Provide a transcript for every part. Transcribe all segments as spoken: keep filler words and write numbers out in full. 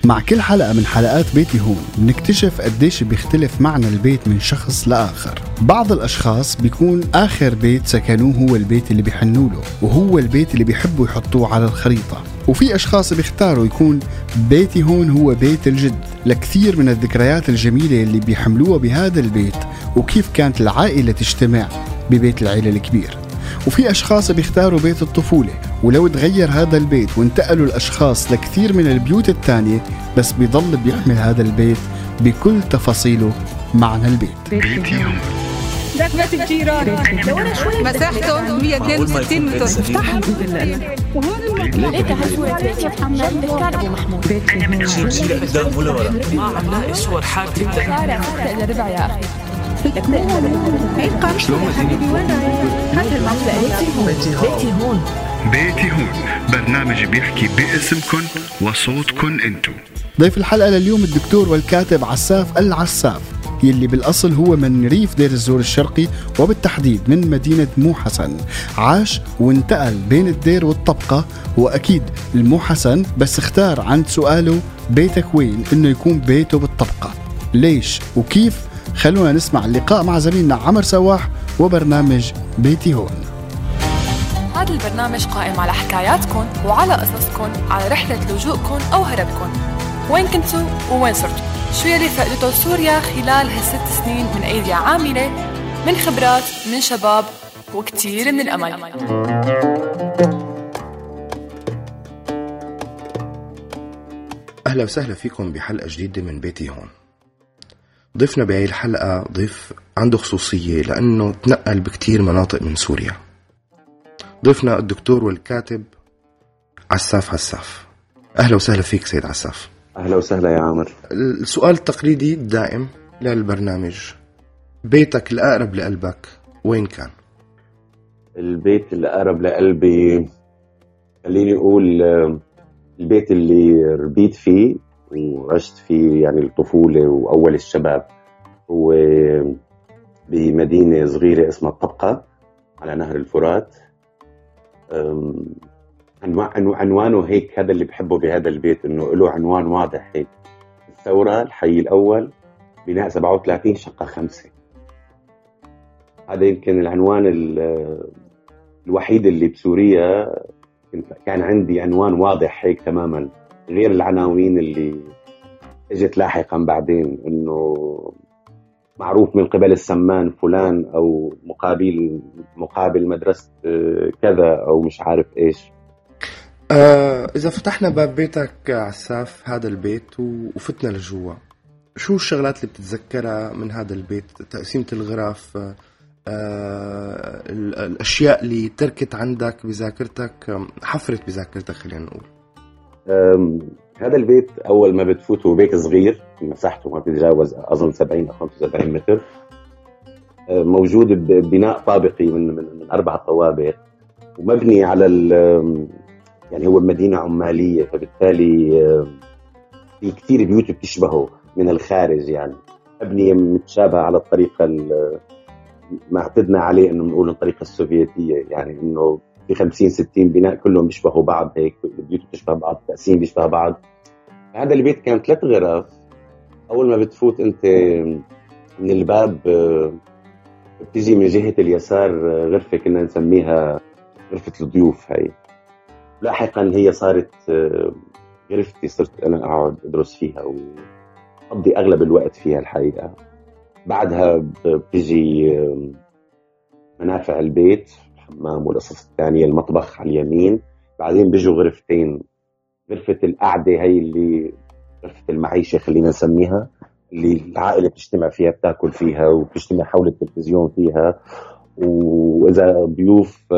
مع كل حلقة من حلقات بيتي هون بنكتشف قديش بيختلف معنى البيت من شخص لآخر. بعض الأشخاص بيكون آخر بيت سكنوه هو البيت اللي بيحنوا له وهو البيت اللي بيحبوا يحطوه على الخريطة، وفي أشخاص بيختاروا يكون بيتي هون هو بيت الجد لكثير من الذكريات الجميلة اللي بيحملوها بهذا البيت وكيف كانت العائلة تجتمع ببيت العيلة الكبير. وفي أشخاص بيختاروا بيت الطفولة، ولو تغير هذا البيت وانتقلوا الأشخاص لكثير من البيوت الثانية بس بيضل بيحمل هذا البيت بكل تفاصيله معنى البيت. بيتي هون بيت الجيران مساحته مية واثنين وستين متر. افتحها ليك هالصورة بيتي محمد بالكعب ومحمود. أنا من شيء بصير قدام ولا ورا ما عم لاقي صور حالتي إلى ربع يا أخي. شلون بيتي هون بيتي هون برنامج بيحكي باسمكن وصوتكن انتو. ضيف الحلقة لليوم الدكتور والكاتب عساف العساف، يلي بالأصل هو من ريف دير الزور الشرقي وبالتحديد من مدينة مو حسن. عاش وانتقل بين الدير والطبقة، وأكيد المو حسن بس اختار عند سؤاله بيتك وين إنه يكون بيته بالطبقة. ليش وكيف؟ خلونا نسمع اللقاء مع زميلنا عمر سواح وبرنامج بيتي هون. هذا البرنامج قائم على حكاياتكم وعلى قصصكم على رحلة لجوءكم أو هربكم. وين كنتوا ووين صرتوا؟ شو يلي فقدته سوريا خلال هالست سنين من أيدي عاملة، من خبرات، من شباب وكتير من الأمل. أهلا وسهلا فيكم بحلقة جديدة من بيتي هون. ضيفنا بهاي الحلقة ضيف عنده خصوصية لأنه تنقل بكتير مناطق من سوريا. ضيفنا الدكتور والكاتب عساف عساف. أهلا وسهلا فيك سيد عساف. أهلا وسهلا يا عامر. السؤال التقليدي الدائم للبرنامج، بيتك الأقرب لقلبك وين كان؟ البيت الأقرب لقلبي خليني أقول البيت اللي ربيت فيه وعشت فيه يعني الطفولة وأول الشباب، هو بمدينة صغيرة اسمها الطبقة على نهر الفرات. عنوانه هيك، هذا اللي بحبه بهذا البيت انه له عنوان واضح هيك: الثورة، الحي الأول، بناء سبعة وثلاثين شقة خمسة. هذا يمكن العنوان الوحيد اللي بسوريا كان عندي عنوان واضح هيك تماما، غير العناوين اللي اجت لاحقا بعدين انه معروف من قبل السمان فلان او مقابل مقابل مدرسة كذا او مش عارف ايش. آه إذا فتحنا باب بيتك عساف، هذا البيت وفتنا لجوا، شو الشغلات اللي بتتذكرها من هذا البيت؟ تقسيمة الغرف، آه الأشياء اللي تركت عندك بذاكرتك، حفرت بذاكرتك خلينا نقول. هذا البيت أول ما بتفوت هو بيت صغير، مساحته ما بتتجاوز أظن سبعين أو خمسة وسبعين متر، موجود ببناء طابقي من, من, من أربع طوابق، ومبني على ال يعني هو مدينة عمالية، فبالتالي في كثير بيوت بتشبهه من الخارج، يعني مبنية متشابهة على الطريقة ما اعتدنا عليه إنه نقول الطريقة السوفيتية، يعني إنه في خمسين ستين بناء كلهم بيشبهوا بعض، هيك البيوت بتشبه بعض، التقسيم بيشبه بعض. هذا البيت كان ثلاث غرف. أول ما بتفوت أنت من الباب بتيجي من جهة اليسار غرفة كنا نسميها غرفة الضيوف. هاي لاحقا هي صارت غرفتي، صرت أنا أقعد أدرس فيها وأقضي أغلب الوقت فيها الحقيقة. بعدها بتيجي منافع البيت، الحمام والقصص الثانية، المطبخ على اليمين. بعدين بيجوا غرفتين، غرفة القعدة هي اللي غرفة المعيشة خلينا نسميها، اللي العائلة بتجتمع فيها، بتاكل فيها وبتجتمع حول التلفزيون فيها، وإذا ضيوف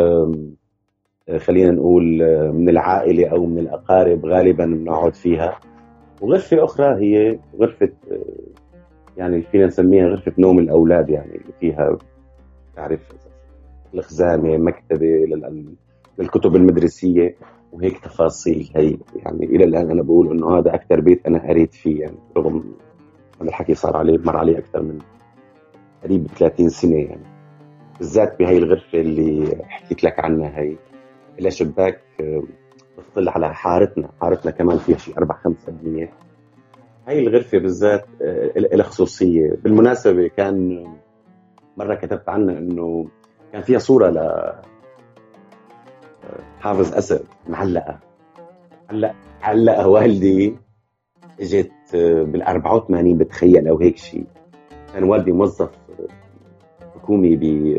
خلينا نقول من العائلة أو من الأقارب غالبا بنقعد فيها. وغرفة أخرى هي غرفة يعني فينا نسميها غرفة نوم الأولاد، يعني اللي فيها تعرف الخزانة، مكتبة للكتب المدرسية وهيك تفاصيل. هي يعني إلى الآن أنا بقول إنه هذا أكثر بيت أنا قريت فيه، يعني رغم أن الحكي صار عليه مر عليه أكثر من قريب ثلاثين سنة، يعني بالذات بهاي الغرفة اللي حكيت لك عنها. هي إلى شباك بتطل على حارتنا، حارتنا كمان فيها شيء أربع خمس أبنية، هاي الغرفة بالذات لها خصوصية. بالمناسبة كان مرة كتبت عنها إنه كان فيها صورة لحافظ أسد معلقة علق علقها والدي. اجت بالأربعة وثمانين بتخيل أو هيك شيء. كان والدي موظف حكومي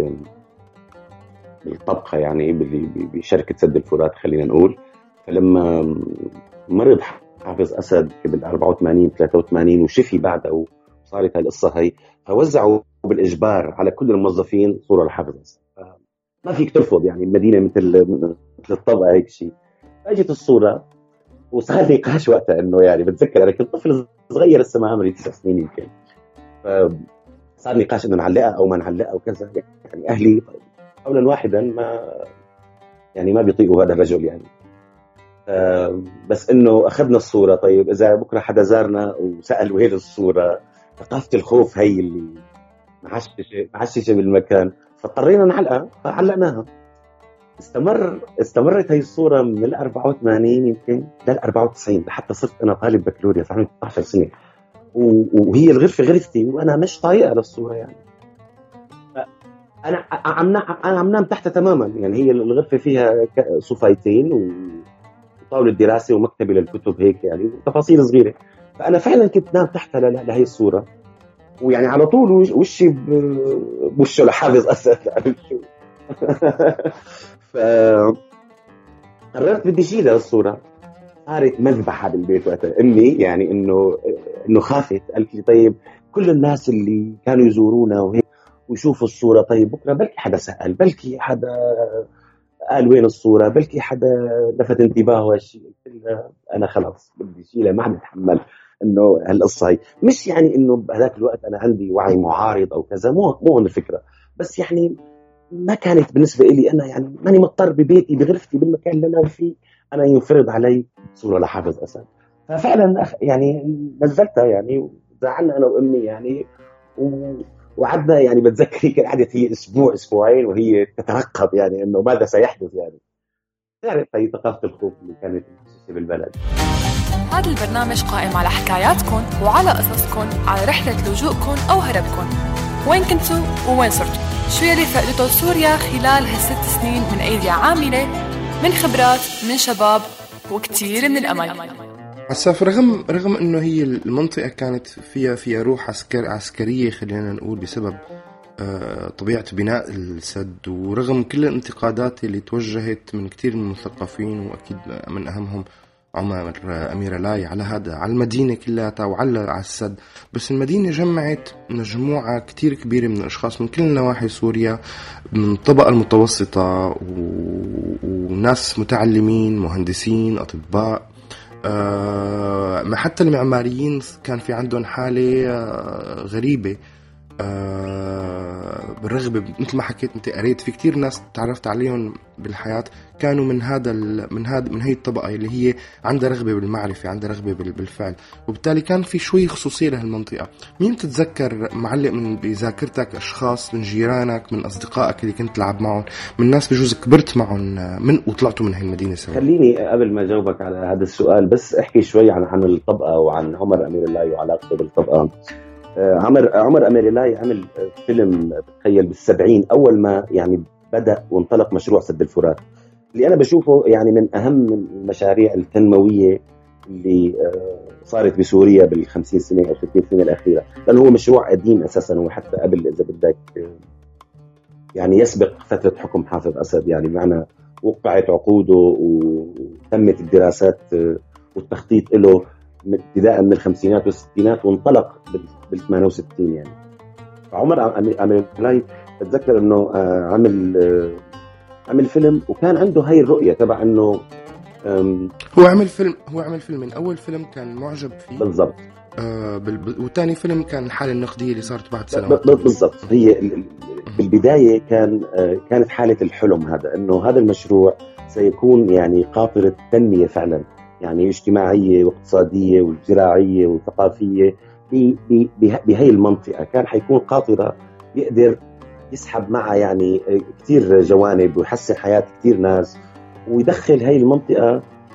بالطبخة يعني بشركة سد الفرات خلينا نقول. فلما مرض حافظ أسد بالأربعة وثمانين ثلاثة وثمانين وشفي بعده وصارت هالقصة هاي، فوزعوا بالإجبار على كل الموظفين صورة لحافظ أسد. ما فيك ترفض يعني، المدينة مثل مثل الطبقة هيك شيء. فأجت الصورة وصار نقاش وقتها إنه يعني بتذكر أنا كنت طفل صغير لسه ما عمري تسع سنين يمكن. فصار نقاش إنه نعلقها أو ما نعلقها وكذا. يعني أهلي قولا واحدا ما يعني ما بيطيقوا هذا الرجل يعني. بس إنه أخذنا الصورة. طيب إذا بكرة حدا زارنا وسأل وين الصورة، ثقافة الخوف هي اللي معششة معششة بالمكان، فاضطرينا نعلقها فعلقناها. استمر استمرت هاي الصورة من الأربعة وثمانين يمكن للأربعة وتسعين لحتى صرت أنا طالب بكالوريوس عمري ستة عشر سنة، وهي الغرفة غرفتي وأنا مش طايقة للصورة يعني. أنا عم أنا عم نام تحتها تماما يعني. هي الغرفة فيها صفايتين وطاولة دراسة ومكتبة للكتب هيك يعني، تفاصيل صغيرة. فأنا فعلا كنت نام تحتها لهي الصورة، ويعني على طول وشي بوشه لحافظ أسد. فقررت بدي شيلها الصورة. صارت مذبحة بالبيت وقتها. أمي يعني إنه إنه خافت، قالت لي طيب كل الناس اللي كانوا يزورونا وهيك ويشوفوا الصورة، طيب بكرة بلكي حدا سأل، بلكي حدا قال وين الصورة، بلكي حدا لفت انتباهه هالشيء. قلت لها أنا خلاص بدي شيلها، ما عم بتحمل إنه هالقصة هي. مش يعني إنه بهذاك الوقت أنا عندي وعي معارض أو كذا، مو مو الفكرة، بس يعني ما كانت بالنسبة إلي أنا يعني ماني مضطر ببيتي بغرفتي بالمكان اللي أنا فيه أنا ينفرض علي صورة لحافظ أسد. ففعلا يعني نزلتها يعني، وزعلنا أنا وأمي يعني، وعدنا يعني بتذكر كان قعدت هي أسبوع أسبوعين وهي تترقب يعني إنه ماذا سيحدث يعني. تعرف هي ثقافة الخوف اللي كانت مؤسسة بالبلد. هذا البرنامج قائم على حكاياتكم وعلى قصصكم على رحلة لجوءكم أو هربكم. وين كنتوا ووين صرتوا؟ شو يلي فقدته سوريا خلال هالست سنين من أيدي عاملة، من خبرات، من شباب، وكتير من الأمل. عساف، رغم رغم انه هي المنطقة كانت فيها فيها روح عسكر عسكرية خلينا نقول بسبب آه طبيعة بناء السد، ورغم كل الانتقادات اللي توجهت من كتير من المثقفين واكيد من اهمهم عمر أمير لاي على هذا على المدينة كلها وعلى على السد، بس المدينة جمعت مجموعة كتير كبيرة من الأشخاص من كل نواحي سوريا، من الطبقة المتوسطة وناس متعلمين، مهندسين، أطباء، أه حتى المعماريين كان في عندهم حالة أه غريبة أه بالرغبة. مثل ما حكيت انت قريت في كتير ناس تعرفت عليهم بالحياة كانوا من هذا من هذا من هي الطبقة اللي هي عندها رغبة بالمعرفة، عندها رغبة بالفعل، وبالتالي كان في شوي خصوصية لهالمنطقة. مين تتذكر معلق من بذاكرتك أشخاص من جيرانك، من أصدقائك اللي كنت تلعب معهم، من ناس بجوز كبرت معهم من وطلعتوا من هاي المدينة سوا؟ خليني قبل ما أجاوبك على هذا السؤال بس أحكي شوي عن عن الطبقة وعن عمر أمير لاي وعلاقته بالطبقة. عمر عمر أمير لاي عمل فيلم تخيل بالسبعين أول ما يعني بدأ وانطلق مشروع سد الفرات، اللي أنا بشوفه يعني من أهم المشاريع التنموية اللي صارت بسوريا بالخمسين سنة أو ستين سنة الأخيرة، لأنه هو مشروع قديم أساساً، وحتى قبل إذا بدك يعني يسبق فترة حكم حافظ أسد، يعني معنا وقعت عقوده وتمت الدراسات والتخطيط له ابتداء من الخمسينات والستينات وانطلق بالثمانية وستين يعني. فعمر أمير لاي بتذكر إنه عمل عمل فيلم وكان عنده هاي الرؤية تبع إنه هو عمل فيلم هو عمل فيلم من أول فيلم كان معجب فيه بالضبط، آه بال... والتاني فيلم كان الحالة النقدية اللي صارت بعد سنوات بالضبط. هي بالبداية كان كانت حالة الحلم هذا، إنه هذا المشروع سيكون يعني قاطرة تنمية فعلا، يعني اجتماعية واقتصادية وزراعية وثقافية بهاي المنطقة. كان حيكون قاطرة يقدر يسحب معها يعني كتير جوانب ويحسن حياة كتير ناس، ويدخل هاي المنطقة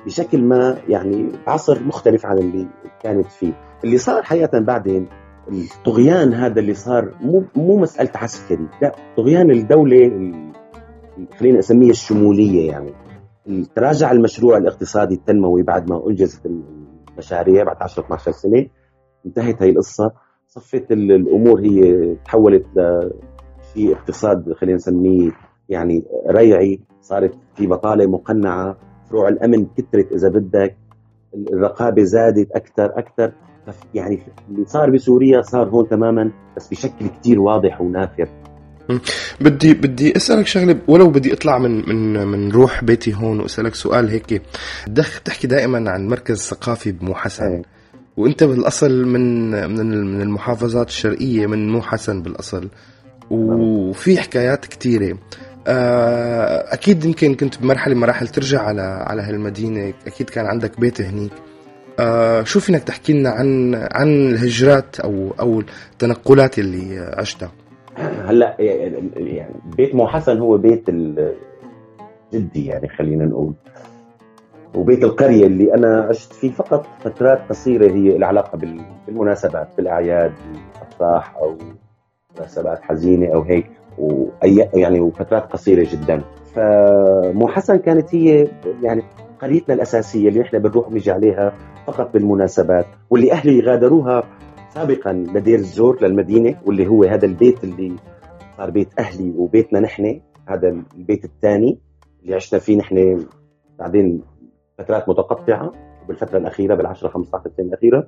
بشكل ما يعني عصر مختلف عن اللي كانت فيه. اللي صار حقيقة بعدين الطغيان هذا اللي صار مو مو مسألة عسكري، لا، طغيان الدولة خلينا نسميه الشمولية. يعني تراجع المشروع الاقتصادي التنموي بعد ما أنجزت المشاريع بعد عشرة اثنا عشر سنة، انتهت هاي القصة، صفت الأمور هي تحولت لشيء اقتصاد خلينا نسميه يعني ريعي، صارت في بطالة مقنعة، فروع الأمن كترت إذا بدك، الرقابة زادت أكثر أكثر. يعني اللي صار بسوريا صار هون تماما، بس بشكل كتير واضح ونافر. بدي بدي اسالك شغله، ولو بدي اطلع من من من روح بيتي هون واسالك سؤال هيك. بدك تحكي دائما عن مركز ثقافي بمو حسن، وانت بالاصل من من من المحافظات الشرقيه، من مو حسن بالاصل، وفي حكايات كتيره. اكيد يمكن كنت بمرحله مراحل ترجع على على هالمدينه، اكيد كان عندك بيت هنيك. آه شو فينك تحكي لنا عن عن الهجرات او او التنقلات اللي عشتها؟ هلا يعني بيت مو حسن هو بيت جدي، يعني خلينا نقول، وبيت القرية اللي أنا عشت فيه فقط فترات قصيرة، هي العلاقة بالمناسبات، بالأعياد، الأفراح أو مناسبات حزينة أو هيك، وأي يعني وفترات قصيرة جدا. فمو حسن كانت هي يعني قريتنا الأساسية اللي إحنا بنروح ونجي عليها فقط بالمناسبات، واللي أهلي غادروها سابقا لدير الزور للمدينة، واللي هو هذا البيت اللي صار بيت أهلي وبيتنا نحن، هذا البيت الثاني اللي عشنا فيه نحن بعدين فترات متقطعة، وبالفترة الأخيرة بالعشرة خمسة عشر سنة الأخيرة.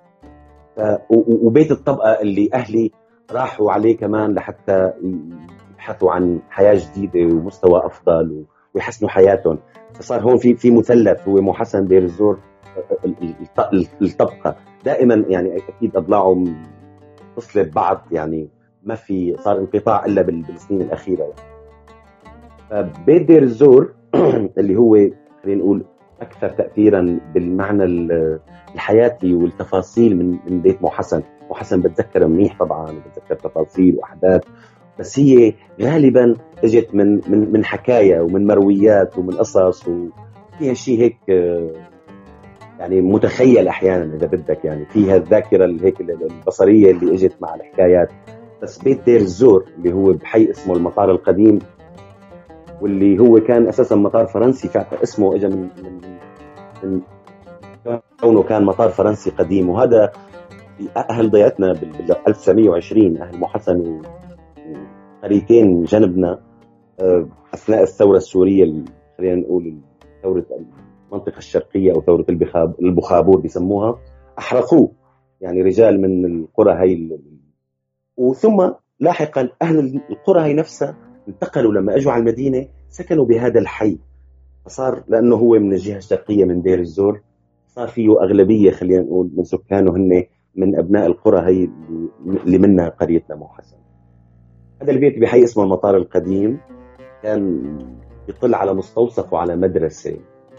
وبيت الطبقة اللي أهلي راحوا عليه كمان لحتى يبحثوا عن حياة جديدة ومستوى أفضل ويحسنوا حياتهم. فصار هون في في مثلث هو مو حسن دير الزور الطبقة دائما، يعني أكيد أضلاعهم تصل ببعض، يعني ما في صار انقطاع إلا بالسنين الأخيرة. يعني. فبيت دير الزور اللي هو خلينا نقول أكثر تأثيرا بالمعنى الحياتي والتفاصيل من من بيت مو حسن. مو حسن بتذكر منيح طبعا، بتذكر تفاصيل وأحداث، بس هي غالبا اجت من من من حكاية ومن مرويات ومن قصص، وفيها شيء هيك يعني متخيل أحيانا إذا بدك، يعني فيها الذاكرة هيك البصرية اللي اجت مع الحكايات. بس بيت دير الزور اللي هو بحي اسمه المطار القديم، واللي هو كان أساسا مطار فرنسي، فاسمه اجى من من كونه كان مطار فرنسي قديم. وهذا أهل ضيعتنا بال ألف وتسعمية وعشرين، أهل مو حسن وقريتين جنبنا أثناء الثورة السورية، خلينا نقول ثورة المنطقة الشرقية أو ثورة البخابور بيسموها، أحرقوه يعني رجال من القرى هاي. وثم لاحقا أهل القرى هاي نفسها انتقلوا لما أجوا على المدينة، سكنوا بهذا الحي. فصار لأنه هو من الجهة الشرقية من دير الزور، صار فيه أغلبية خلينا نقول من سكانه هن من أبناء القرى هاي اللي منها قريتنا مو حسن. هذا البيت بحي اسمه المطار القديم، كان يطل على مستوصف وعلى مدرسة.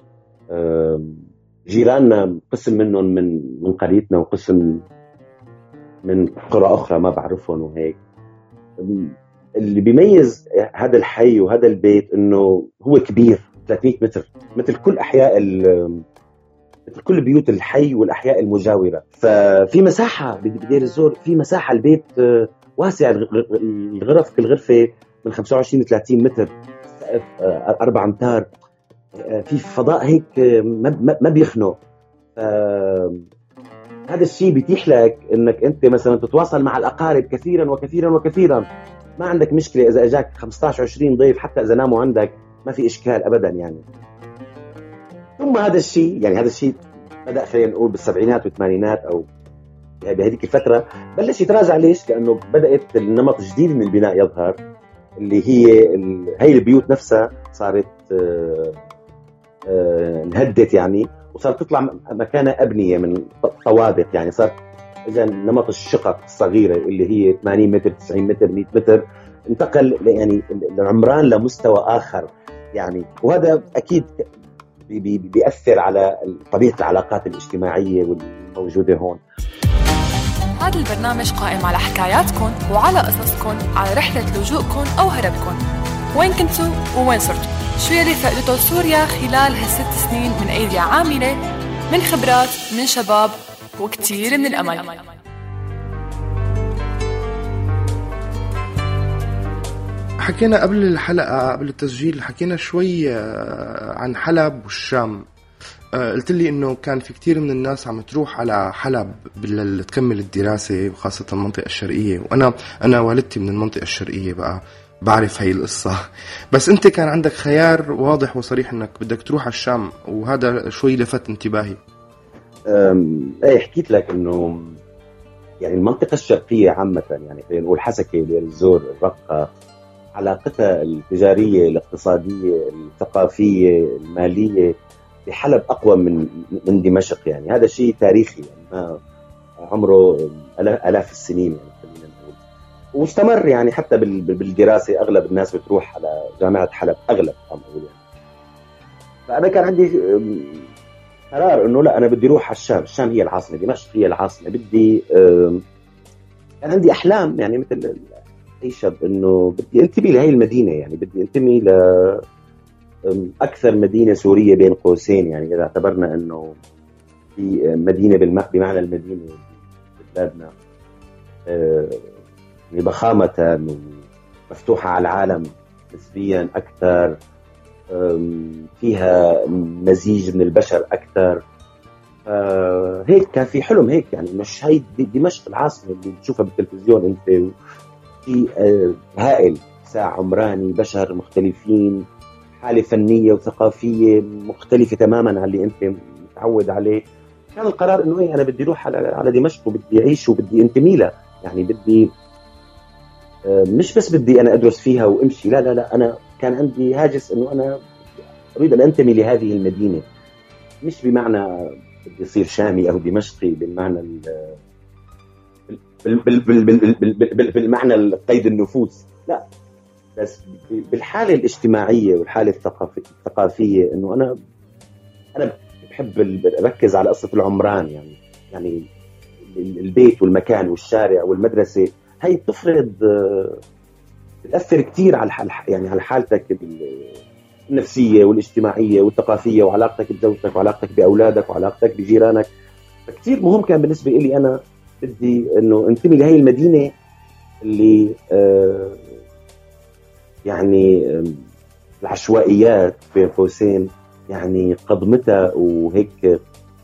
جيراننا قسم منهم من من قريتنا، وقسم من قرى أخرى ما بعرفهم وهيك. اللي بيميز هذا الحي وهذا البيت إنه هو كبير ثلاثمية متر، مثل كل أحياء مثل كل بيوت الحي والأحياء المجاورة. ففي مساحة بدير الزور، في مساحة، البيت واسع، الغرف كل غرفة من خمسة وعشرين ل ثلاثين متر، سقف أربع أمتار، في فضاء هيك ما ما بيخنق. هذا الشيء بيتيح لك انك انت مثلا تتواصل مع الاقارب كثيرا وكثيرا وكثيرا، ما عندك مشكله اذا اجاك خمسة عشر عشرين ضيف، حتى اذا ناموا عندك ما في اشكال ابدا يعني. ثم هذا الشيء يعني هذا الشيء بدا خلينا نقول بالسبعينات والثمانينات او بهذيك الفتره، بلش يتراجع. ليش؟ لانه بدات النمط الجديد من البناء يظهر، اللي هي هي البيوت نفسها صارت انهدت يعني، وصارت تطلع مكانها أبنية من طوابق. يعني صار إذا نمط الشقق الصغيرة اللي هي ثمانين متر تسعين متر مية متر، انتقل يعني العمران لمستوى آخر يعني. وهذا أكيد بي بي بيأثر على طبيعة العلاقات الاجتماعية والموجودة هون. هذا البرنامج قائم على حكاياتكم وعلى قصصكم، على رحلة لجوءكم أو هربكم. وين كنتوا ووين صرتوا؟ شو يلي فقدته سوريا خلال هالست سنين من أيدي عاملة، من خبرات، من شباب، وكتير من الأمل. حكينا قبل الحلقة قبل التسجيل حكينا شوي عن حلب والشام. قلت لي إنه كان في كتير من الناس عم تروح على حلب تكمل الدراسة، وخاصة المنطقة الشرقية، وأنا أنا والدتي من المنطقة الشرقية بقى بعرف هاي القصة. بس أنت كان عندك خيار واضح وصريح إنك بدك تروح على الشام، وهذا شوي لفت انتباهي. أي حكيت لك إنه يعني المنطقة الشرقية عامة، يعني خلينا نقول حسكة، دير الزور، الرقة، علاقتها التجارية، الاقتصادية، الثقافية، المالية بحلب أقوى من من دمشق. يعني هذا شيء تاريخي، يعني عمره آلاف السنين يعني خلينا نقول، واستمر يعني حتى بالدراسة. أغلب الناس بتروح على جامعة حلب، أغلب عم أقول يعني. فأنا كان عندي قرار إنه لا، أنا بدي أروح على الشام. الشام هي العاصمة، دمشق هي العاصمة. بدي كان عندي أحلام يعني مثل أي شاب، إنه بدي أنتمي لهي المدينة، يعني بدي أنتمي ل أكثر مدينة سورية بين قوسين، يعني إذا اعتبرنا إنه في مدينة بمعنى المدينة بلادنا بضخامة مفتوحة على العالم نسبيا أكثر، فيها مزيج من البشر أكثر. هيك كان في حلم هيك، يعني مش هي دمشق العاصمة اللي بتشوفها بالتلفزيون أنت، في هائل ساعة عمراني، بشر مختلفين، حالة فنية وثقافية مختلفة تماماً عن اللي أنت متعود عليه. كان القرار إنه إيه، أنا بدي أروح على على دمشق، وبدي أعيش وبدي أنتمي لها. يعني بدي مش بس بدي أنا أدرس فيها وأمشي، لا لا لا، أنا كان عندي هاجس إنه أنا أريد أن أنتمي لهذه المدينة، مش بمعنى بدي أصير شامي أو دمشقي بالمعنى ال بالمعنى القيد النفوس، لا، بس بالحالة الاجتماعية والحالة الثقافية. إنه أنا أنا بحب أركز على قصة العمران، يعني يعني البيت والمكان والشارع والمدرسة، هاي بتفرض بتأثر كتير على يعني على حالتك النفسية والاجتماعية والثقافية، وعلاقتك بزوجتك وعلاقتك بأولادك وعلاقتك بجيرانك. فكتير مهم كان بالنسبة لي أنا بدي إنه أنتمي لهي المدينة اللي آه يعني العشوائيات بين قوسين، يعني قضمتها وهيك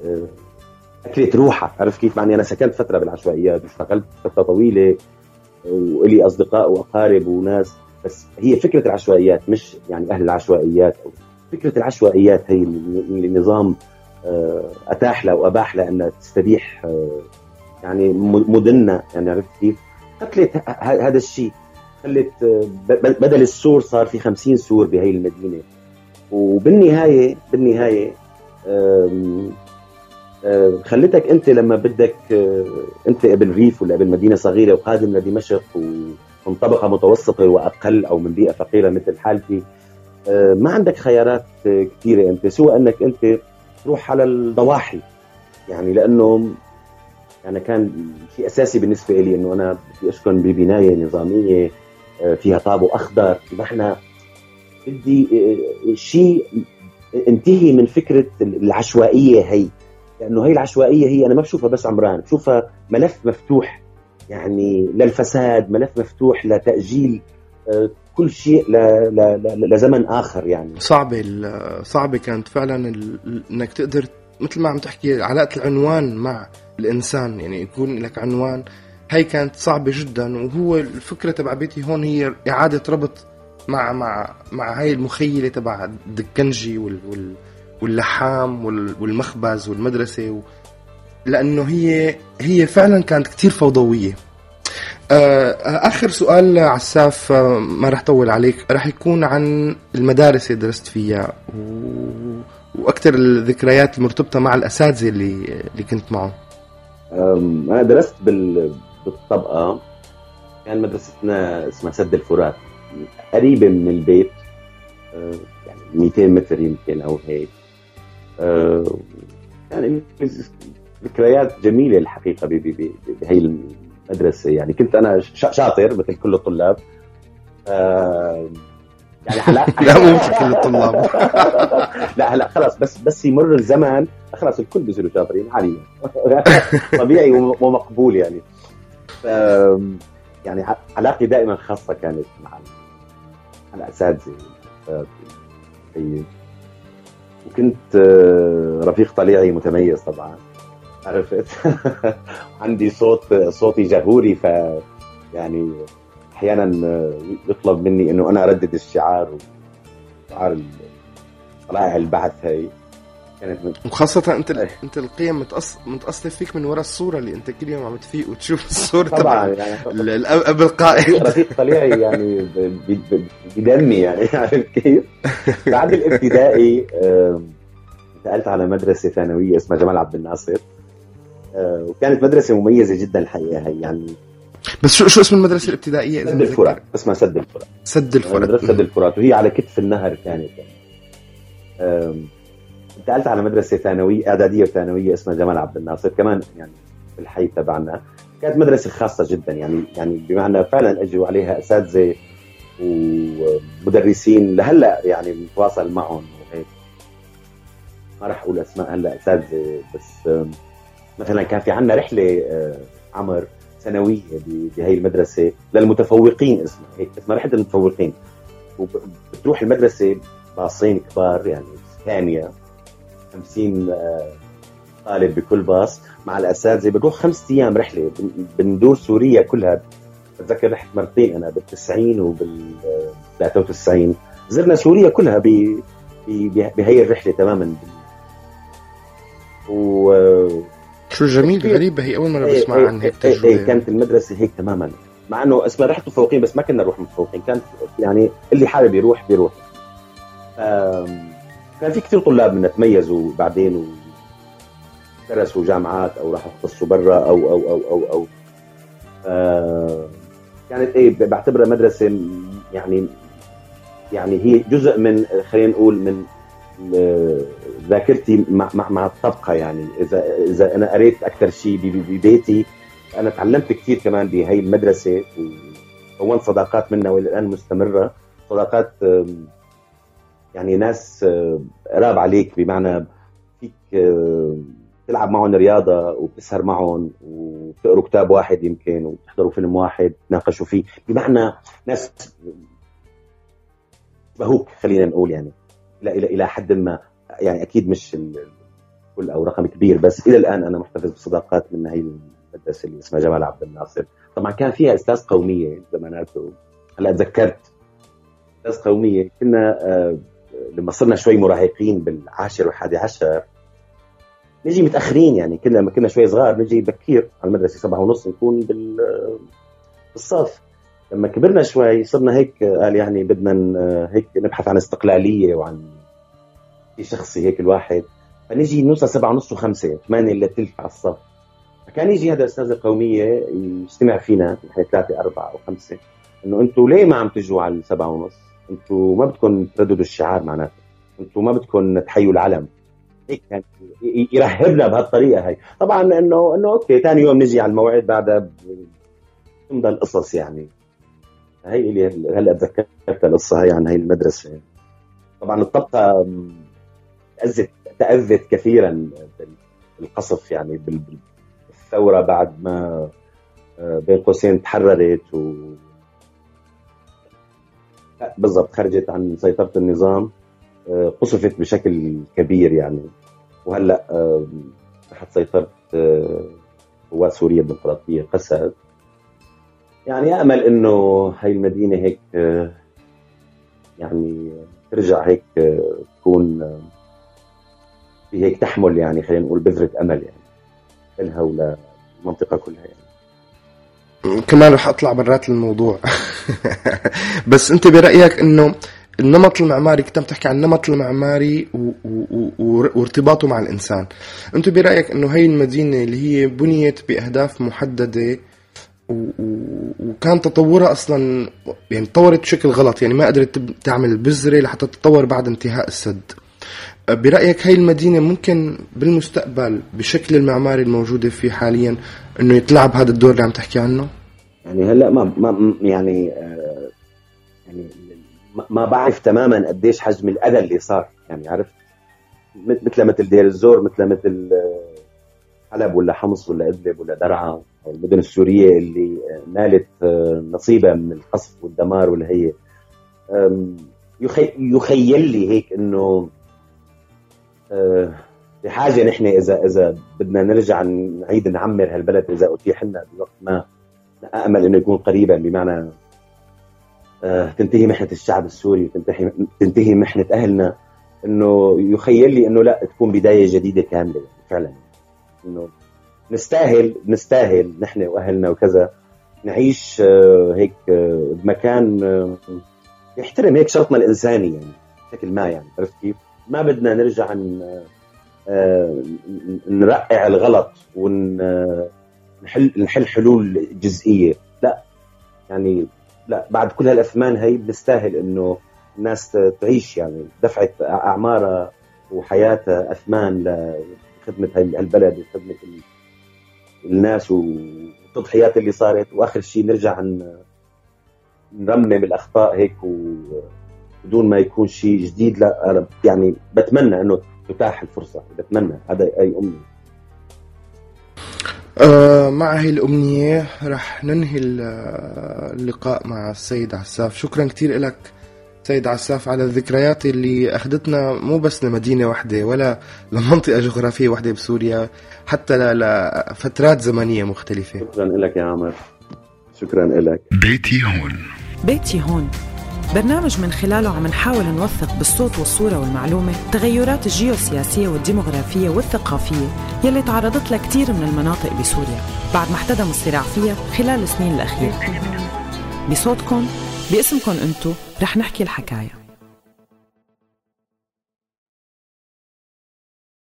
أكلت روحها. عرف كيف؟ معني أنا سكنت فترة بالعشوائيات واشتغلت فترة طويلة وإلي أصدقاء وأقارب وناس، بس هي فكرة العشوائيات، مش يعني أهل العشوائيات. فكرة العشوائيات هي اللي النظام أتاح له وأباح له أن تستبيح يعني مدنة. يعني عرفت كيف؟ قتلت هذا الشيء، خلت بدل السور صار في خمسين سور بهاي المدينة. وبالنهاية بالنهاية آم آم خلتك أنت لما بدك أنت ابن ريف ولا ابن مدينة صغيرة وقادم لدمشق ومن طبقة متوسطة وأقل أو من بيئة فقيرة مثل حالتي، ما عندك خيارات كثيرة أنت سوى أنك أنت تروح على الضواحي. يعني لأنه أنا كان شيء أساسي بالنسبة لي إنه أنا بدي أسكن ببناية نظامية فيها طابو أخضر. نحن بدي شيء انتهي من فكرة العشوائية هي، لأنه هي العشوائية هي أنا ما بشوفها بس عمران، بشوفها ملف مفتوح يعني للفساد، ملف مفتوح لتأجيل كل شيء لزمن آخر. يعني صعبة صعبة كانت فعلا إنك تقدر مثل ما عم تحكي علاقة العنوان مع الإنسان، يعني يكون لك عنوان. هاي كانت صعبة جدا. وهو الفكرة تبع بيتي هون هي إعادة ربط مع مع مع هاي المخيلة تبع الدكنجي وال وال واللحام والمخبز والمدرسة و... لأنه هي هي فعلا كانت كتير فوضوية. آخر سؤال عساف، ما رح طول عليك، رح يكون عن المدارس اللي درست فيها و... وأكثر الذكريات المرتبطة مع الأساتذة اللي اللي كنت معهم. أنا درست بال... بالطبقة، كان مدرستنا اسمها سد الفرات، قريبة من البيت، يعني مئتين متر يمكن أو هيك. يعني ذكريات جميلة الحقيقة بهي المدرسة. يعني كنت أنا شاطر مثل كل الطلاب، يعني هلا لا مو مثل كل الطلاب. لا هلا خلاص بس بس يمر الزمان خلاص الكل بيصيروا شاطرين عادي طبيعي ومقبول يعني. يعني علاقتي دائما خاصة كانت مع الأساتذة وكنت رفيق طليعي متميز طبعا عرفت. عندي صوت صوتي جهوري ف يعني احيانا يطلب مني انه انا اردد الشعار وشعار طلائع البعث. هي كانت من... وخاصة انت ال... انت القيم متأص... متأصلة فيك من وراء الصورة اللي انت كل يوم عم تفيق وتشوف الصورة طبعا يعني الاب القائد رفيق طليعي يعني ب... ب... بدمي يعني عارف كيف. بعد الابتدائي انتقلت على مدرسة ثانوية اسمها جمال عبد الناصر وكانت مدرسة مميزة جدا الحقيقة. هي يعني بس شو شو اسم المدرسة الابتدائية؟ سد الفرات. اسمها سد الفرات. سد الفرات. مدرسة سد الفرات وهي على كتف النهر كانت. انتقلت على مدرسة ثانوية إعدادية وثانوية اسمها جمال عبد الناصر كمان يعني في الحي تبعنا. كانت مدرسة خاصة جدا يعني يعني بمعنى فعلا أجوا عليها أساتذة ومدرسين لهلا يعني متواصل معهم وهيك. ما راح أقول أسماء هلا أساتذة بس مثلا كان في عنا رحلة عمر سنوية بهي المدرسة للمتفوقين اسمها هيك اسمها رحلة المتفوقين. وبتروح المدرسة باصين كبار يعني ثانية خمسين طالب بكل باص مع الأساتذة. بنروح خمسة أيام رحلة بندور سوريا كلها. بتذكر رحت مرتين أنا بالتسعين وبالثلاثة وتسعين زرنا سوريا كلها ب بهي الرحلة تماما. و شو جميل غريبة هي أول مرة بسمع ايه عن هيك تجربة. ايه كانت المدرسة هيك تماما مع إنه اسمها رحلة متفوقين بس ما كنا نروح متفوقين. كانت يعني اللي حابب يروح بيروح. كان في كثير طلاب منا تميزوا بعدين ودرسوا جامعات أو راحوا يختصوا برا أو أو أو أو أو آه كانت إيه بعتبرها مدرسة يعني يعني هي جزء من خلينا نقول من ذاكرتي مع مع مع الطبقة. يعني إذا إذا أنا قريت أكثر شيء ببيتي أنا تعلمت كثير كمان بهاي المدرسة وكونت صداقات منها والى الآن مستمرة. صداقات يعني ناس قراب عليك بمعنى فيك تلعب معهم رياضة وبتسهر معهم وتقروا كتاب واحد يمكن وتحضروا فيلم واحد تناقشوا فيه بمعنى ناس بهوك خلينا نقول يعني إلى إلى إلى حد ما يعني أكيد مش كل أو رقم كبير بس إلى الآن أنا محتفظ بصداقات من هاي المدرسة اللي اسمها جمال عبد الناصر. طبعا كان فيها أستاذ قومية زماناته هلا تذكرت أستاذ قومية. كنا آه لما صرنا شوي مراهقين بالعاشر والحادي عشر نجي متأخرين يعني كنا لما كنا شوي صغار نجي بكير على المدرسة سبعة ونص نكون بالصف. لما كبرنا شوي صرنا هيك قال يعني بدنا هيك نبحث عن استقلالية وعن شيء شخصي هيك الواحد فنجي نوصل سبعة ونص وخمسة ثمانية إلا تلف على الصف. فكان يجي هذا الأستاذ القومية يجتمع فينا نحن ثلاثة أربعة أو خمسة إنه أنتوا ليه ما عم تجوا على السبعة ونص؟ أنتوا ما بدكم ترددوا الشعار معناته أنتوا ما بدكم تحيوا العلم. هيك كان يرهبنا بهالطريقة هاي. طبعا إنه إنه أوكي ثاني يوم نجي على الموعد بعدها تمضى القصص يعني. هاي اللي هلا تذكرت القصة هاي عن هاي المدرسة. طبعا الطبقة تأذت تأذت كثيرا بالقصف يعني بالثورة بعد ما بين قوسين تحررت و بالضبط خرجت عن سيطرة النظام قصفت بشكل كبير يعني. وهلا تحت سيطرة قوات سوريا الديمقراطية قسد. يعني أمل إنه هاي المدينة هيك يعني ترجع هيك تكون في هيك تحمل يعني خلينا نقول بذرة أمل يعني لها ولا المنطقة كلها يعني. كمان رح أطلع برات الموضوع. بس أنت برأيك إنه النمط المعماري كنت عم تحكي عن النمط المعماري و... و... و... وارتباطه مع الإنسان. أنت برأيك إنه هاي المدينة اللي هي بنيت بأهداف محددة و... وكان تطورها أصلا يعني تطورت بشكل غلط يعني ما قدرت تعمل بذرة لحتى تتطور بعد انتهاء السد. برأيك هاي المدينة ممكن بالمستقبل بشكل المعماري الموجودة فيه حاليا إنه يتلعب هذا الدور اللي عم تحكي عنه؟ يعني هلا ما, ما يعني آه يعني ما بعرف تماما قديش حجم الأذى اللي صار. يعني عرفت مثل مثل دير الزور، مثل مثل حلب ولا حمص ولا إدلب ولا درعا، المدن السورية اللي نالت نصيبة من القصف والدمار ولا هي. يخيل لي هيك إنه بحاجة نحن إذا إذا بدنا نرجع نعيد نعمر هالبلد، إذا أتيح لنا بوقت ما، أأمل إنه يكون قريبا، بمعنى تنتهي محنة الشعب السوري، تنتهي تنتهي محنة أهلنا، إنه يخيل لي إنه لا تكون بداية جديدة كاملة فعلا. إنه نستاهل نستاهل نحن وأهلنا وكذا نعيش هيك بمكان يحترم هيك شرطنا الإنساني يعني بشكل ما. يعني عرفت كيف؟ ما بدنا نرجع نرقع الغلط ونحل نحل حلول جزئية. لا يعني لا، بعد كل هالأثمان هي بنستاهل إنه الناس تعيش، يعني دفعت أعمارها وحياتها أثمان لخدمة هالبلد وخدمة الناس والتضحيات اللي صارت، وآخر شيء نرجع نرمم الأخطاء هيك بدون ما يكون شيء جديد. لا أنا يعني بتمنى إنه تتاح الفرصة، بتمنى هذا أي أمنية. آه مع هاي الأمنية رح ننهي اللقاء مع السيد عساف. شكرا كتير لك سيد عساف على الذكريات اللي أخذتنا مو بس لمدينة واحدة ولا لمنطقة جغرافية واحدة بسوريا، حتى لفترات زمنية مختلفة. شكرا لك يا عمر، شكرا لك. بيتي هون. بيتي هون برنامج من خلاله عم نحاول نوثق بالصوت والصورة والمعلومة التغيرات الجيوسياسية والديموغرافية والثقافية يلي تعرضت لها كتير من المناطق بسوريا بعد ما احتدم الصراع فيها خلال السنين الأخيرة. بصوتكم باسمكم انتو رح نحكي الحكاية.